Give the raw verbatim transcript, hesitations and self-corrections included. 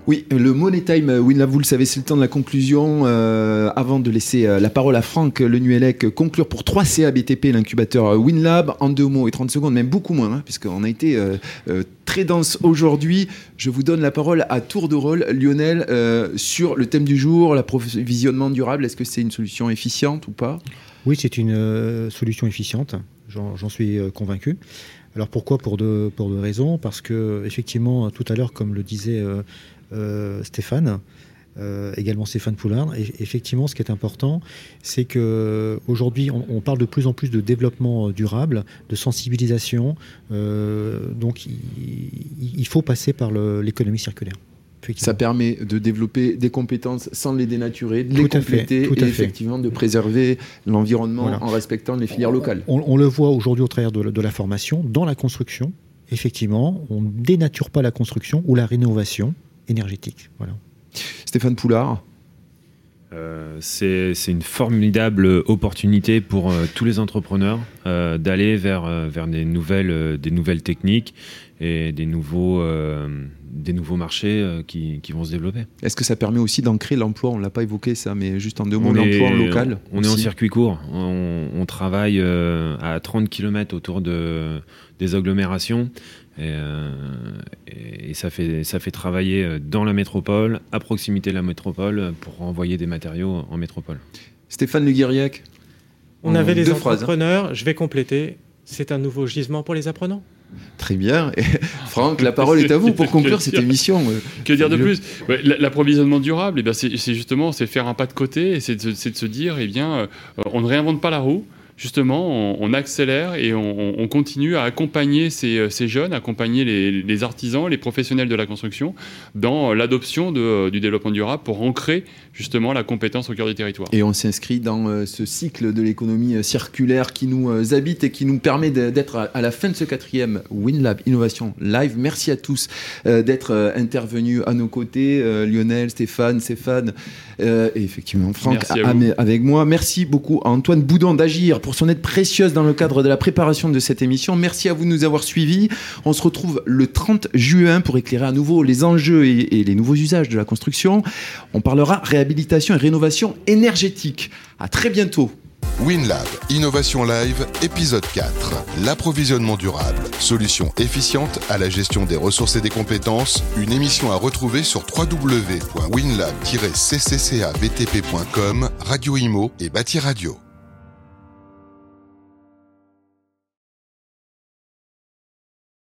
Oui, le Money Time WinLab, vous le savez, c'est le temps de la conclusion. Euh, avant de laisser euh, la parole à Franck Le Nuellec, conclure pour trois C A B T P, l'incubateur WinLab, en deux mots et trente secondes, même beaucoup moins, hein, puisqu'on a été euh, euh, très dense aujourd'hui. Je vous donne la parole à tour de rôle, Lionel, euh, sur le thème du jour, l'approvisionnement durable. Est-ce que c'est une solution efficiente ou pas ? Oui, c'est une euh, solution efficiente, j'en, j'en suis euh, convaincu. Alors pourquoi ? Pour deux, pour deux raisons. Parce que, effectivement, tout à l'heure, comme le disait euh, euh, Stéphane, euh, également Stéphane Poulard, et, effectivement, ce qui est important, c'est qu'aujourd'hui, on, on parle de plus en plus de développement durable, de sensibilisation. Euh, donc, il, il faut passer par le, l'économie circulaire. Ça permet de développer des compétences sans les dénaturer, de les tout compléter fait, et effectivement de préserver l'environnement voilà. en respectant les filières locales. On, on le voit aujourd'hui au travers de, de la formation, dans la construction, effectivement, on ne dénature pas la construction ou la rénovation énergétique. Voilà. Stéphane Poulard. Euh, c'est, c'est une formidable opportunité pour euh, tous les entrepreneurs euh, d'aller vers, euh, vers des, nouvelles, euh, des nouvelles techniques et des nouveaux, euh, des nouveaux marchés euh, qui, qui vont se développer. Est-ce que ça permet aussi d'ancrer l'emploi ? On ne l'a pas évoqué ça, mais juste en deux mots, l'emploi local. On aussi. est en circuit court. On, on travaille euh, à trente kilomètres autour de, des agglomérations. Et, euh, et ça fait, ça fait travailler dans la métropole, à proximité de la métropole, pour envoyer des matériaux en métropole. Stéphane Le Guiriac. On avait les phrases, entrepreneurs, hein. Je vais compléter, c'est un nouveau gisement pour les apprenants. Très bien. Et Franck, la parole est à vous pour conclure cette émission. Que dire de plus ? L'approvisionnement durable, eh bien, c'est, c'est justement c'est faire un pas de côté, et c'est de, c'est de se dire, eh bien, euh, on ne réinvente pas la roue. Justement, on, on accélère et on, on continue à accompagner ces, ces jeunes, accompagner les, les artisans, les professionnels de la construction dans l'adoption de, du développement durable pour ancrer justement la compétence au cœur des territoires. Et on s'inscrit dans euh, ce cycle de l'économie circulaire qui nous euh, habite et qui nous permet de, d'être à, à la fin de ce quatrième WinLab Innovation Live. Merci à tous euh, d'être euh, intervenus à nos côtés, euh, Lionel, Stéphane, Stéphane euh, et effectivement Franck à, à, avec moi. Merci beaucoup à Antoine Boudon d'Agir pour son aide précieuse dans le cadre de la préparation de cette émission. Merci à vous de nous avoir suivis. On se retrouve le trente juin pour éclairer à nouveau les enjeux et, et les nouveaux usages de la construction. On parlera réhabilitation et rénovation énergétique. À très bientôt. WinLab, Innovation Live, épisode quatre. L'approvisionnement durable. Solution efficiente à la gestion des ressources et des compétences. Une émission à retrouver sur w w w point winlab tiret c c c a v t p point com, Radio Imo et Bâti Radio.